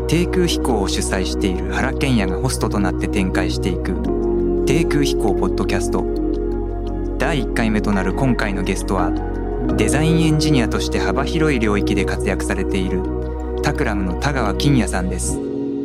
低空飛行を主催している原賢也がホストとなって展開していく低空飛行ポッドキャスト。第1回目となる今回のゲストは、デザインエンジニアとして幅広い領域で活躍されているタクラムの田川金也さんです。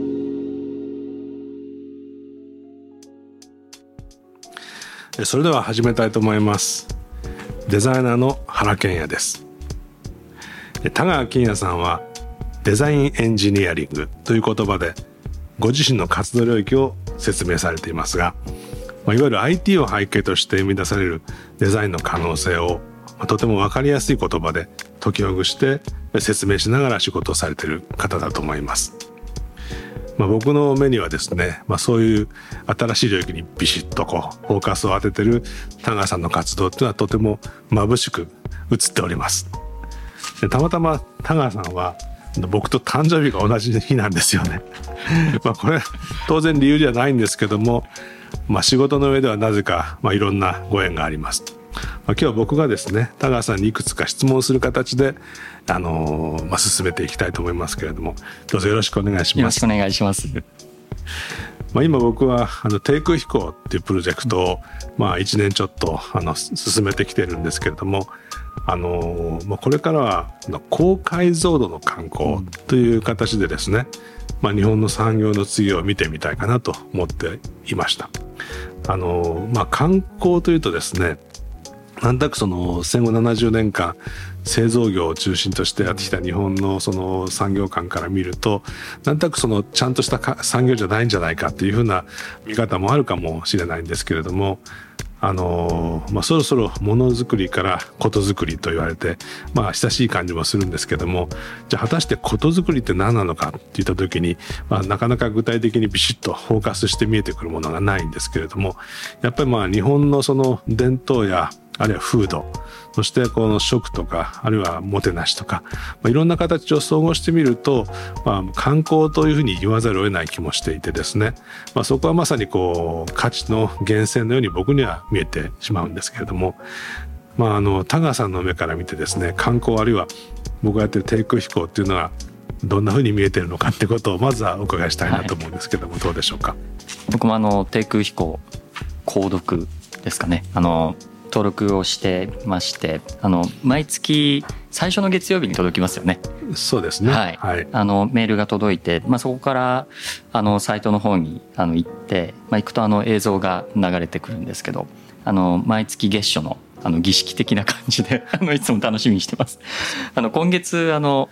それでは始めたいと思います。デザイナーの原賢也です。田川金也さんはデザインエンジニアリングという言葉でご自身の活動領域を説明されていますが、いわゆる IT を背景として生み出されるデザインの可能性をとても分かりやすい言葉で解きほぐして説明しながら仕事をされている方だと思います。僕の目にはですね、そういう新しい領域にビシッとフォーカスを当てている田川さんの活動というのはとても眩しく映っております。でたまたま田川さんは僕と誕生日が同じ日なんですよね。これ当然理由ではないんですけども、仕事の上ではなぜかいろんなご縁があります。今日は僕がですね、田川さんにいくつか質問をする形で進めていきたいと思いますけれども、どうぞよろしくお願いします。 よろしくお願いします。 今僕は低空飛行っていうプロジェクトを1年ちょっと進めてきてるんですけれども、これからは高解像度の観光という形でですね、日本の産業の次を見てみたいかなと思っていました。観光というとですね、なんとなく戦後70年間製造業を中心としてやってきた日本のその産業観から見ると、なんとなくちゃんとした産業じゃないんじゃないかっていうふうな見方もあるかもしれないんですけれども、そろそろものづくりからことづくりと言われて、親しい感じもするんですけども、じゃあ果たしてことづくりって何なのかっていった時に、なかなか具体的にビシッとフォーカスして見えてくるものがないんですけれども、やっぱり日本のその伝統やあるいは風土、そしてこの食とかあるいはもてなしとか、いろんな形を総合してみると、観光というふうに言わざるを得ない気もしていてですね、そこはまさに価値の源泉のように僕には見えてしまうんですけれども、田川さんの目から見てですね、観光あるいは僕がやってる低空飛行っていうのはどんなふうに見えてるのかってことをまずはお伺いしたいなと思うんですけども、どうでしょうか。 僕も低空飛行購読ですかね、登録をしてまして、毎月最初の月曜日に届きますよね。 そうですね、はい、 メールが届いて、そこからサイトの方に行って、行くと映像が流れてくるんですけど、毎月月初の儀式的な感じでいつも楽しみにしてます。今月の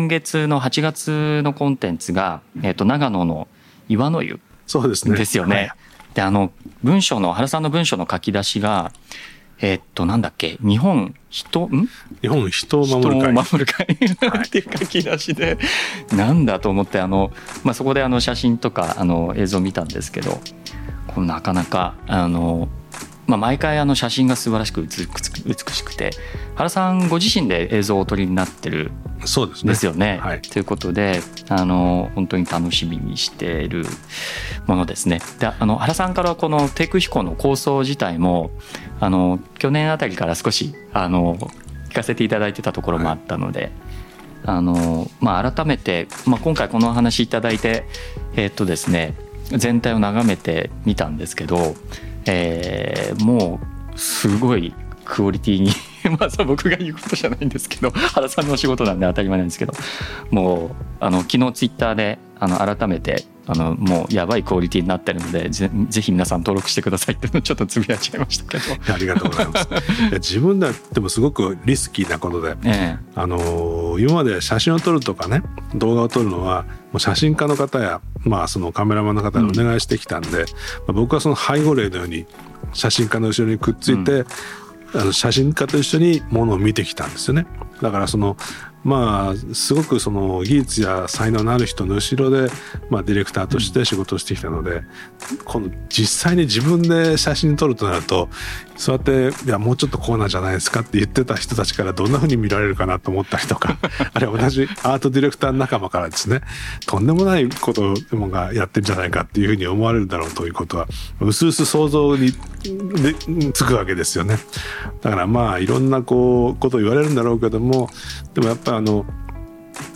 8月のコンテンツが、長野の岩の湯ですよね。で文章の原さんの文章の書き出しがなんだっけ、日本人を守る会っていう書き出しで、なんだと思って、そこで写真とか映像を見たんですけど、これなかなか毎回写真が素晴らしく美しくて、原さんご自身で映像をお撮りになってるんですよね。ということで本当に楽しみにしているものですね。で原さんからこの低空飛行の構想自体も去年あたりから少し聞かせていただいてたところもあったので、改めて、今回このお話いただいてですね、全体を眺めてみたんですけど、もうすごいクオリティに僕が言うことじゃないんですけど、原さんのお仕事なんで当たり前なんですけど、もう昨日ツイッターで改めてもうやばいクオリティになってるので、ぜひ皆さん登録してくださいっていうのをちょっとつぶやいちゃいましたけど。 ありがとうございます自分ではでもすごくリスキーなことで、今まで写真を撮るとかね、動画を撮るのはもう写真家の方や、そのカメラマンの方にお願いしてきたんで、僕はその背後霊のように写真家の後ろにくっついて、写真家と一緒にものを見てきたんですよね。だからすごく技術や才能のある人の後ろで、ディレクターとして仕事をしてきたので、この実際に自分で写真撮るとなると、そうやっていやもうちょっとこうなんじゃないですかって言ってた人たちからどんな風に見られるかなと思ったりとかあるいは同じアートディレクター仲間からですね、とんでもないことがやってんじゃないかっていう風に思われるだろうということはうすうす想像につくわけですよね。だからいろんなことを言われるんだろうけども、でもやっぱり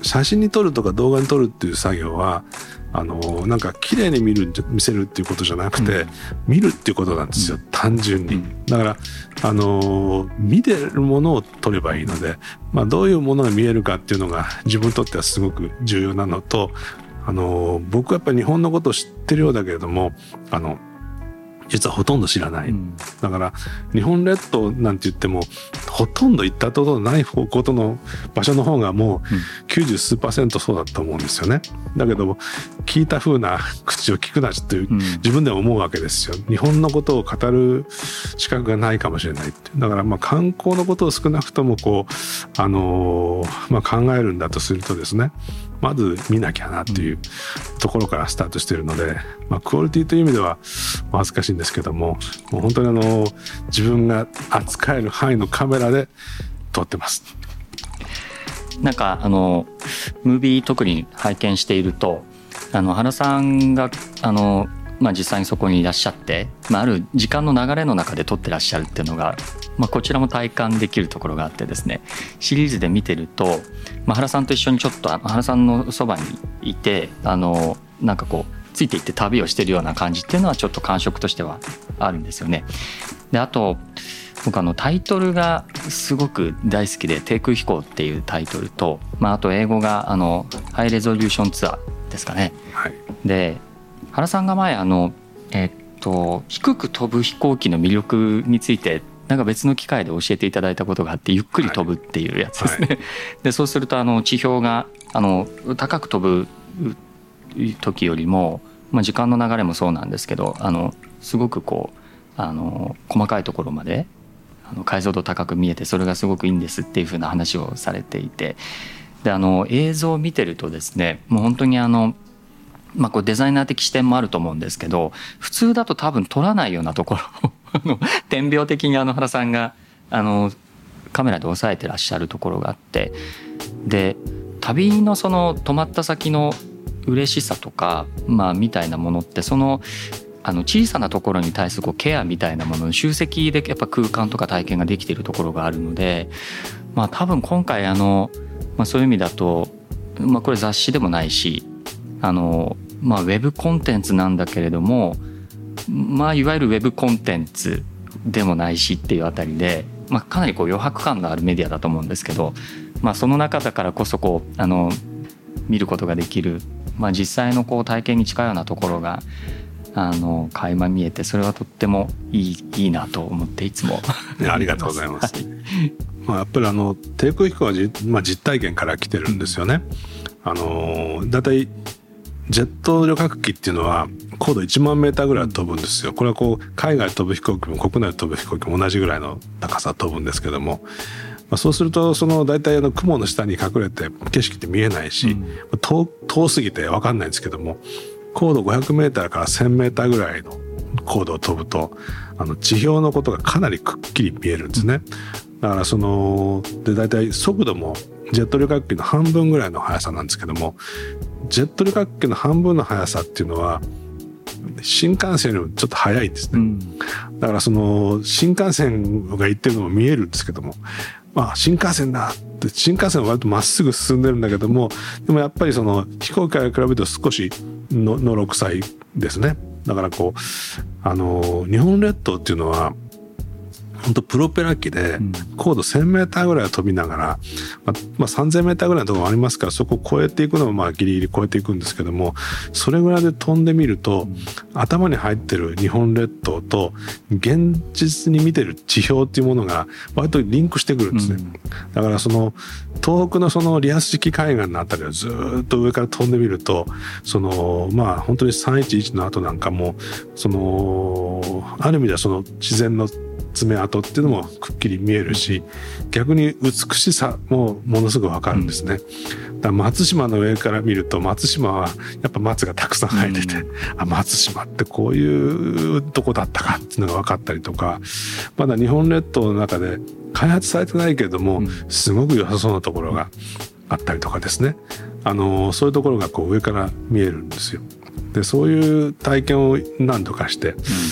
写真に撮るとか動画に撮るっていう作業はなんか綺麗に見せるっていうことじゃなくて、見るっていうことなんですよ、単純に。だから見てるものを撮ればいいので、どういうものが見えるかっていうのが自分にとってはすごく重要なのと、僕はやっぱり日本のことを知ってるようだけれども実はほとんど知らない、だから日本列島なんて言ってもほとんど行ったことのないことの場所の方がもう90数%そうだと思うんですよね。だけど聞いた風な口を聞くなっていう自分では思うわけですよ。日本のことを語る資格がないかもしれないって。だから観光のことを少なくともこう考えるんだとするとですね、まず見なきゃなっていうところからスタートしているので、クオリティという意味では恥ずかしいんですけども、もう本当に自分が扱える範囲のカメラで撮ってます。 なんかムービー特に拝見していると原さんが実際にそこにいらっしゃって、ある時間の流れの中で撮ってらっしゃるっていうのが、こちらも体感できるところがあってですね、シリーズで見てると、原さんと一緒にちょっと原さんのそばにいてなんかこうついていって旅をしてるような感じっていうのはちょっと感触としてはあるんですよね。であと僕タイトルがすごく大好きで、低空飛行っていうタイトルと、あと英語がハイレゾリューションツアーですかね、はい、で原さんが前低く飛ぶ飛行機の魅力についてなんか別の機会で教えていただいたことがあって、ゆっくり飛ぶっていうやつですね、はい、でそうすると地表が高く飛ぶ時よりも、時間の流れもそうなんですけどすごくこう細かいところまで解像度高く見えて、それがすごくいいんですっていう風な話をされていて、で映像を見てるとですね、もう本当にこうデザイナー的視点もあると思うんですけど、普通だと多分撮らないようなところを点描的に原さんがカメラで押さえてらっしゃるところがあって、で旅のその止まった先の嬉しさとか、みたいなものって小さなところに対するこうケアみたいなものの集積でやっぱ空間とか体験ができているところがあるので、多分今回そういう意味だと、これ雑誌でもないしウェブコンテンツなんだけれども、いわゆるウェブコンテンツでもないしっていうあたりで、かなりこう余白感のあるメディアだと思うんですけど、その中だからこそこう見ることができる、実際のこう体験に近いようなところが垣間見えて、それはとってもいいなと思っていつもありがとうございます、やっぱり低空飛行は実体験から来てるんですよね。だいたいジェット旅客機っていうのは高度1万メーターぐらい飛ぶんですよ。これはこう海外飛ぶ飛行機も国内飛ぶ飛行機も同じぐらいの高さ飛ぶんですけども、そうするとだいたい雲の下に隠れて景色って見えないし、遠すぎて分かんないんですけども、高度500メーターから1000メーターぐらいの高度を飛ぶと地表のことがかなりくっきり見えるんですね。だからでだいたい速度もジェット旅客機の半分ぐらいの速さなんですけども、ジェット旅客機の半分の速さっていうのは新幹線よりもちょっと速いんですね、だから新幹線が行ってるのも見えるんですけども、新幹線だって新幹線は割とまっすぐ進んでるんだけども、でもやっぱり飛行機から比べると少しのろくさいですね。だからこう日本列島っていうのは本当プロペラ機で高度1000メーターぐらい飛びながら、3000メーターぐらいのところもありますから、そこを越えていくのもギリギリ越えていくんですけども、それぐらいで飛んでみると頭に入ってる日本列島と現実に見てる地表っていうものが割とリンクしてくるんですね。だから東北のリアス式海岸のあたりをずっと上から飛んでみると、本当に311の後なんかもある意味では自然の爪痕っていうのもくっきり見えるし、逆に美しさもものすごく分かるんですね。だから松島の上から見ると、松島はやっぱ松がたくさん生えてて、松島ってこういうとこだったかっていうのが分かったりとか、まだ日本列島の中で開発されてないけれどもすごく良さそうなところがあったりとかですね、そういうところがこう上から見えるんですよ。でそういう体験を何度かして、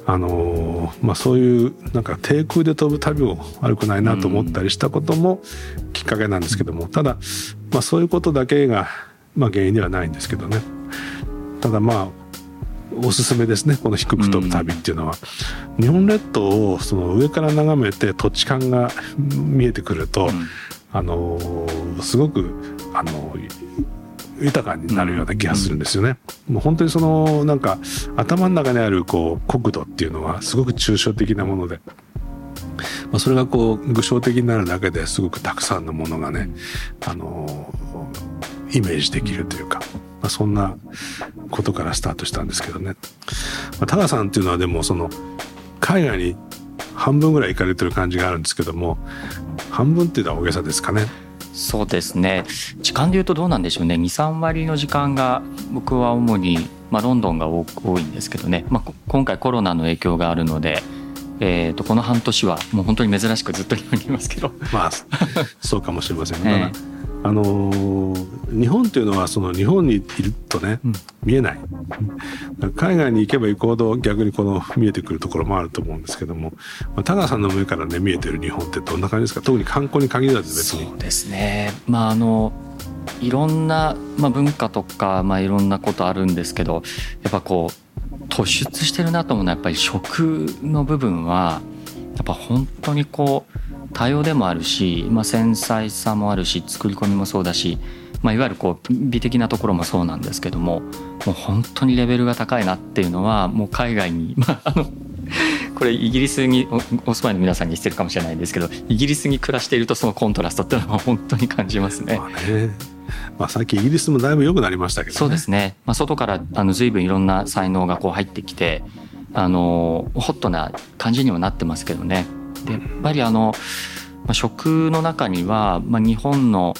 そういうなんか低空で飛ぶ旅も悪くないなと思ったりしたこともきっかけなんですけども、ただ、そういうことだけが、原因ではないんですけどね。ただおすすめですね、この低く飛ぶ旅っていうのは。日本列島をその上から眺めて土地感が見えてくると、すごく豊かになるような気がするんですよね。もう本当にそのなんか頭の中にある国土っていうのはすごく抽象的なもので、それが具象的になるだけですごくたくさんのものがね、イメージできるというか、そんなことからスタートしたんですけどね。タカさんっていうのはでもその海外に半分ぐらい行かれてる感じがあるんですけども、半分っていうのは大げさですかね。 そうですね、時間でいうとどうなんでしょうね。 2,3 割の時間が僕は主に、ロンドンが多いんですけどね、今回コロナの影響があるので、この半年はもう本当に珍しくずっと日本にいますけどそうかもしれませんね。日本というのはその日本にいるとね、見えない。海外に行けば行くほど逆に見えてくるところもあると思うんですけども、田川さんの上からね見えてる日本ってどんな感じですか？特に観光に限らず別に。 そうですね、いろんな、文化とか、いろんなことあるんですけど、やっぱ突出してるなと思うのはやっぱり食の部分はやっぱ本当に多様でもあるし、繊細さもあるし、作り込みもそうだし、いわゆる美的なところもそうなんですけども、もう本当にレベルが高いなっていうのはもう海外にこれイギリスにお住まいの皆さんにしてるかもしれないんですけど、イギリスに暮らしているとそのコントラストっていうのは本当に感じますね。 最近イギリスもだいぶ良くなりましたけどね。 そうですね、外から随分いろんな才能が入ってきて、ホットな感じにはなってますけどね。でやっぱり食の中には、日本の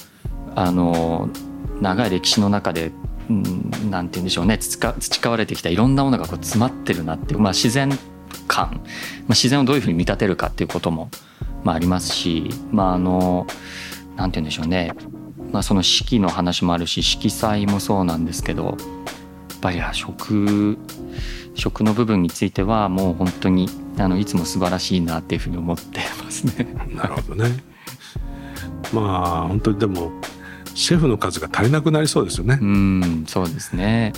長い歴史の中で、なんて言うんでしょうね、培われてきたいろんなものが詰まってるなっていう、自然感、自然をどういうふうに見立てるかっていうことも、ありますし、なんて言うんでしょうね、その四季の話もあるし、色彩もそうなんですけど、やっぱり食の部分についてはもう本当にいつも素晴らしいなっていうふうに思ってますね。 なるほどね。本当にでもシェフの数が足りなくなりそうですよね。 そうですね。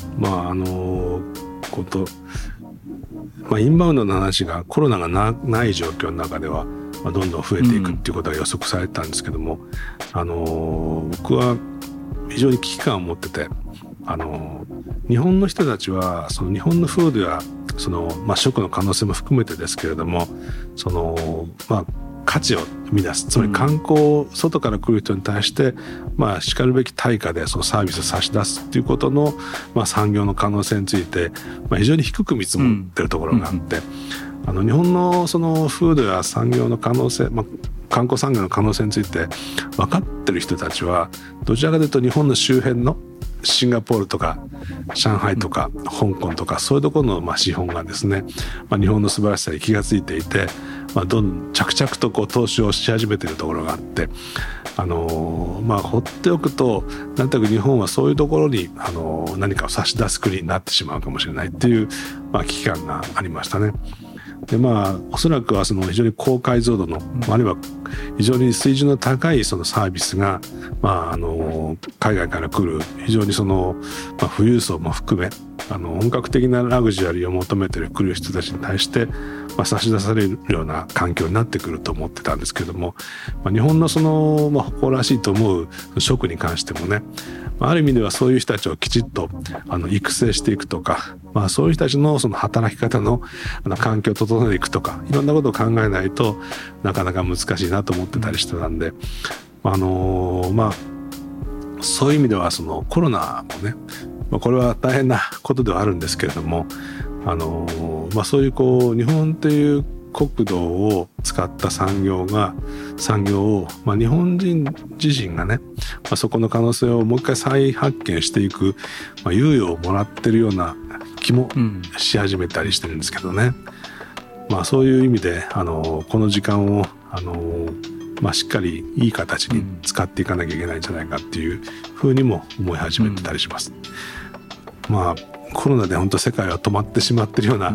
インバウンドの話がコロナがない状況の中では、どんどん増えていくっていうことが予測されてたんですけども、僕は非常に危機感を持ってて、日本の人たちはその日本の風土やその、食の可能性も含めてですけれども、その価値を生み出す、つまり観光、外から来る人に対してしかるべき対価でそのサービスを差し出すっていうことの、産業の可能性について、非常に低く見積もってるところがあって、日本のその風土や産業の可能性、観光産業の可能性について分かってる人たちはどちらかというと日本の周辺のシンガポールとか上海とか香港とかそういうところの資本がですね、日本の素晴らしさに気がついていて、どん着々と投資をし始めているところがあって、放っておくとなんとなく日本はそういうところに何かを差し出す国になってしまうかもしれないっていう、危機感がありましたね。でおそらくはその非常に高解像度の、あるいは非常に水準の高いそのサービスが、海外から来る非常にその、富裕層も含め本格的なラグジュアリーを求めて来る人たちに対して、差し出されるような環境になってくると思ってたんですけども、日本のその、誇らしいと思う食に関してもね、ある意味ではそういう人たちをきちっと育成していくとか、そういう人たちのその働き方の環境を整えていくとか、いろんなことを考えないとなかなか難しいなと思ってたりしてたんで、そういう意味ではそのコロナもね、これは大変なことではあるんですけれども、そういう日本という国土を使った産業を、日本人自身がね、そこの可能性をもう一回再発見していく、猶予をもらってるような気もし始めたりしてるんですけどね。そういう意味でこの時間をしっかりいい形に使っていかなきゃいけないんじゃないかっていうふうにも思い始めてたりします。コロナで本当世界は止まってしまってるような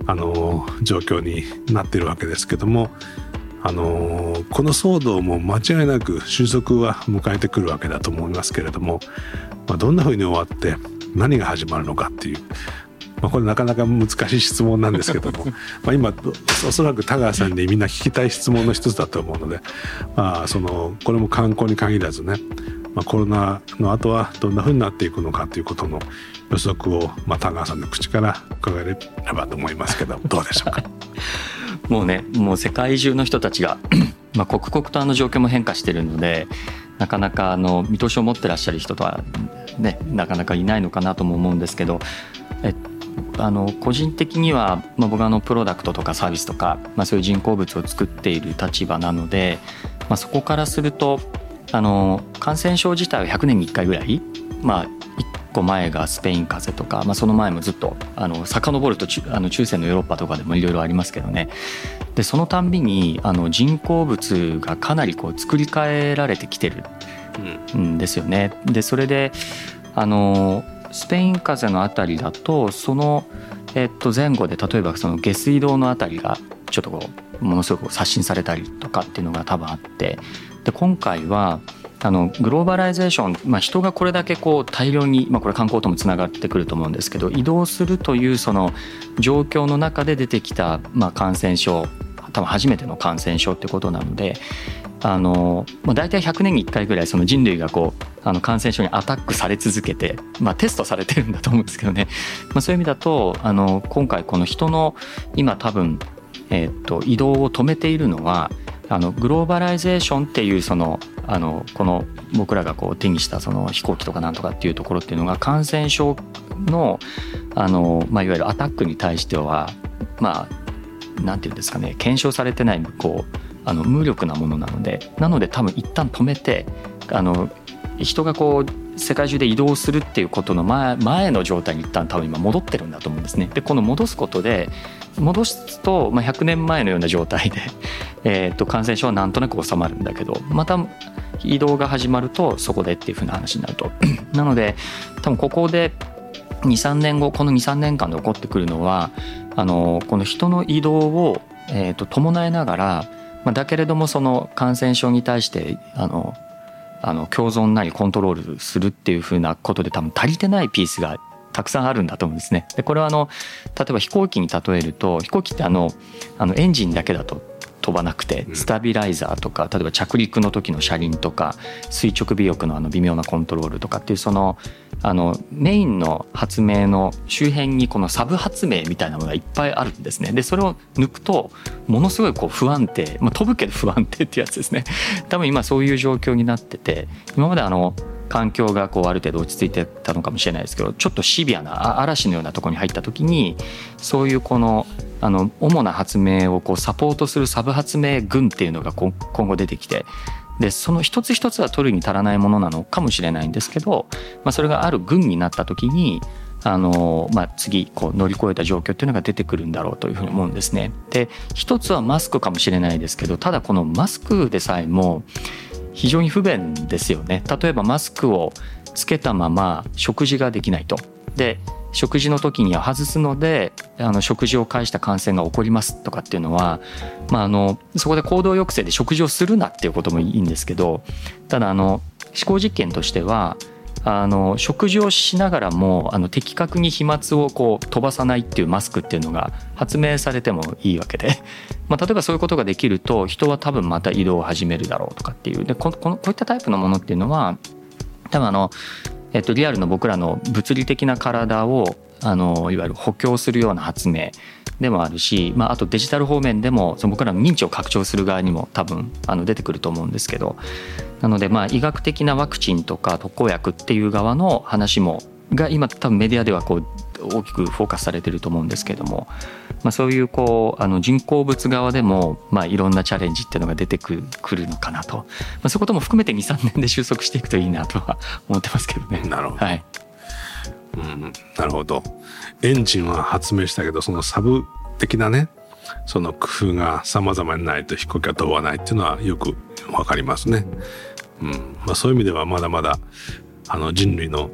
状況になっているわけですけども、この騒動も間違いなく収束は迎えてくるわけだと思いますけれども、どんな風に終わって何が始まるのかっていう、これなかなか難しい質問なんですけども今おそらく田川さんにみんな聞きたい質問の一つだと思うので、これも観光に限らずね、コロナの後はどんな風になっていくのかということの予測を、田川さんの口から伺えればと思いますけど、どうでしょうか。 もう世界中の人たちが刻々と状況も変化しているので、なかなか見通しを持ってらっしゃる人とはね、なかなかいないのかなとも思うんですけど、個人的には、僕はプロダクトとかサービスとか、そういう人工物を作っている立場なので、そこからすると感染症自体は100年に1回ぐらい、1個前がスペイン風邪とか、その前もずっと遡ると中世のヨーロッパとかでもいろいろありますけどね。でそのたんびに人工物がかなり作り変えられてきてるんですよね。でそれでスペイン風邪のあたりだとその前後で例えばその下水道のあたりがちょっとものすごく刷新されたりとかっていうのが多分あって、で今回はグローバライゼーション、人がこれだけ大量に、これ観光ともつながってくると思うんですけど、移動するというその状況の中で出てきた、感染症、多分初めての感染症ってことなので、大体100年に1回ぐらいその人類が感染症にアタックされ続けて、テストされてるんだと思うんですけどね、そういう意味だと今回この人の今多分、移動を止めているのはグローバライゼーションっていうこの僕らが手にしたその飛行機とかなんとかっていうところっていうのが感染症のいわゆるアタックに対してはなんていうんですかね、検証されてない無力なものなので多分一旦止めて人が世界中で移動するっていうことの前の状態に一旦多分今戻ってるんだと思うんですね。でこの戻すことで戻すと100年前のような状態で、感染症はなんとなく収まるんだけど、また移動が始まるとそこでっていう風な話になるとなので多分ここで 2,3 年後この 2,3 年間で起こってくるのはこの人の移動を、伴いながら、だけれどもその感染症に対して共存なりコントロールするっていう風なことで多分足りてないピースがたくさんあるんだと思うんですね。でこれは例えば飛行機に例えると、飛行機ってエンジンだけだと飛ばなくてスタビライザーとか、例えば着陸の時の車輪とか垂直尾翼の微妙なコントロールとかっていうそのメインの発明の周辺にこのサブ発明みたいなものがいっぱいあるんですね。でそれを抜くとものすごい不安定、飛ぶけど不安定ってやつですね。多分今そういう状況になってて、今まで環境がある程度落ち着いてたのかもしれないですけど、ちょっとシビアな嵐のようなところに入った時にそういう主な発明をサポートするサブ発明群っていうのが今後出てきて、でその一つ一つは取るに足らないものなのかもしれないんですけど、それがある群になった時に次乗り越えた状況っていうのが出てくるんだろうというふうに思うんですね。で一つはマスクかもしれないですけど、ただこのマスクでさえも非常に不便ですよね。例えばマスクをつけたまま食事ができないと。で食事の時には外すので食事を介した感染が起こりますとかっていうのは、そこで行動抑制で食事をするなっていうこともいいんですけど、ただ思考実験としては食事をしながらも的確に飛沫を飛ばさないっていうマスクっていうのが発明されてもいいわけで、例えばそういうことができると人は多分また移動を始めるだろうとかっていう。でこういったタイプのものっていうのは多分リアルの僕らの物理的な体をいわゆる補強するような発明でもあるし、あとデジタル方面でも僕らの認知を拡張する側にも多分出てくると思うんですけど、なので医学的なワクチンとか特効薬っていう側の話もが今多分メディアでは大きくフォーカスされてると思うんですけども、そういう人工物側でもいろんなチャレンジっていうのが出てくるのかなと、そういうことも含めて 2,3 年で収束していくといいなとは思ってますけどね。 なるほど、 はい、 なるほど。エンジンは発明したけどそのサブ的なねその工夫が様々にないと飛行機は飛ばないっていうのはよくわかりますね。そういう意味ではまだまだ人類の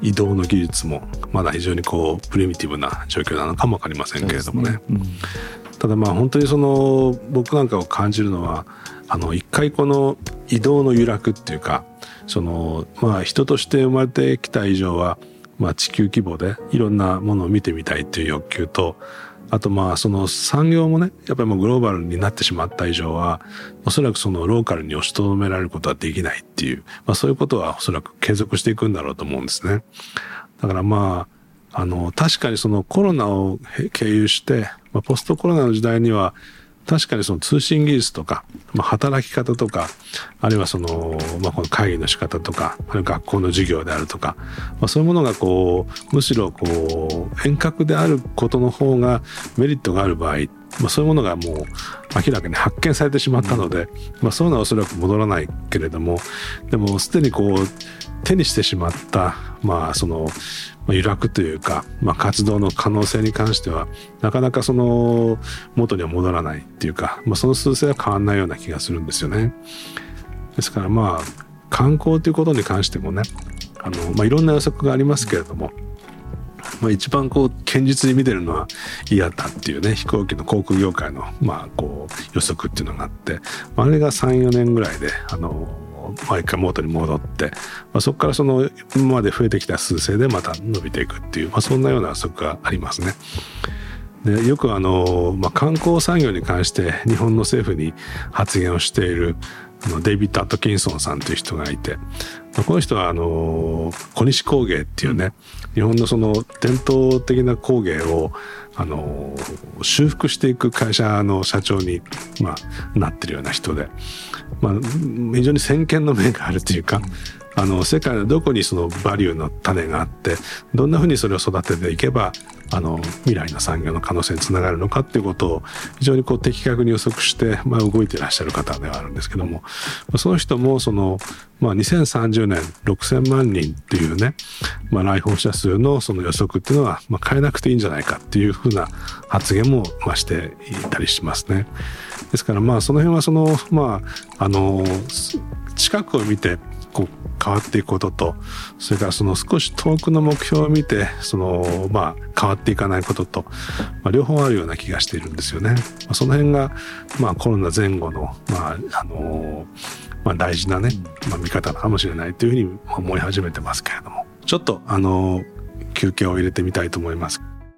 移動の技術もまだ非常にこうプリミティブな状況なのかも分かりませんけれどもね。ただまあ本当に僕なんかを感じるのは一回この移動の揺らくっていうかまあ人として生まれてきた以上はまあ地球規模でいろんなものを見てみたいっていう欲求と、あとまあ産業もねやっぱりもうグローバルになってしまった以上はおそらくローカルに押しとどめられることはできないっていう、まあそういうことはおそらく継続していくんだろうと思うんですね。だからまあ確かにコロナを経由して、まあ、ポストコロナの時代には確かに通信技術とか、まあ、働き方とか、あるいはまあ、この会議の仕方とか、あるいは学校の授業であるとか、まあ、そういうものがむしろ遠隔であることの方がメリットがある場合、まあ、そういうものがもう明らかに発見されてしまったので、まあ、そういうのはおそらく戻らないけれども、でもすでに手にしてしまった、まあ揺らくというか、まあ、活動の可能性に関してはなかなか元には戻らないっていうか、まあ、その数勢は変わらないような気がするんですよね。ですからまあ観光ということに関してもねまあ、いろんな予測がありますけれども、まあ、一番堅実に見てるのはIATAっていうね飛行機の航空業界のまあ予測っていうのがあって、あれが 3,4 年ぐらいで毎回元に戻って、まあ、そこから今まで増えてきた数勢でまた伸びていくっていう、まあ、そんなような予測がありますね。でよくまあ、観光産業に関して日本の政府に発言をしているデイビッド・アトキンソンさんという人がいて、この人は小西工芸っていうね日本の伝統的な工芸を修復していく会社の社長に、まあ、なってるような人で、まあ、非常に先見の明があるというか世界のどこにバリューの種があってどんなふうにそれを育てていけば未来の産業の可能性につながるのかっていうことを非常に的確に予測して、まあ、動いていらっしゃる方ではあるんですけども、その人もまあ、2030年6,000万人っていうね、まあ、来訪者数の予測っていうのは、まあ、変えなくていいんじゃないかっていうふうな発言もまあしていたりしますね。ですからまあその辺はまあ近くを見て変わっていくことと、それから少し遠くの目標を見てまあ変わっていかないことと、まあ、両方あるような気がしているんですよね。まあ、その辺がまあコロナ前後のまあまあ大事なね、まあ、見方かもしれないというふうに思い始めてますけれども、ちょっと休憩を入れてみたいと思います。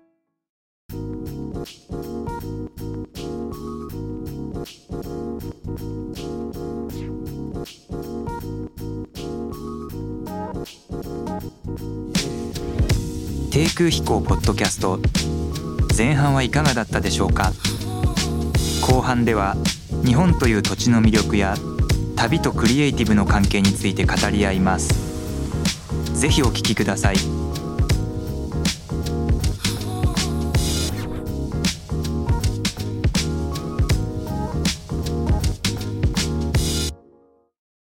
低空飛行ポッドキャスト、前半はいかがだったでしょうか。後半では日本という土地の魅力や旅とクリエイティブの関係について語り合います。ぜひお聞きください。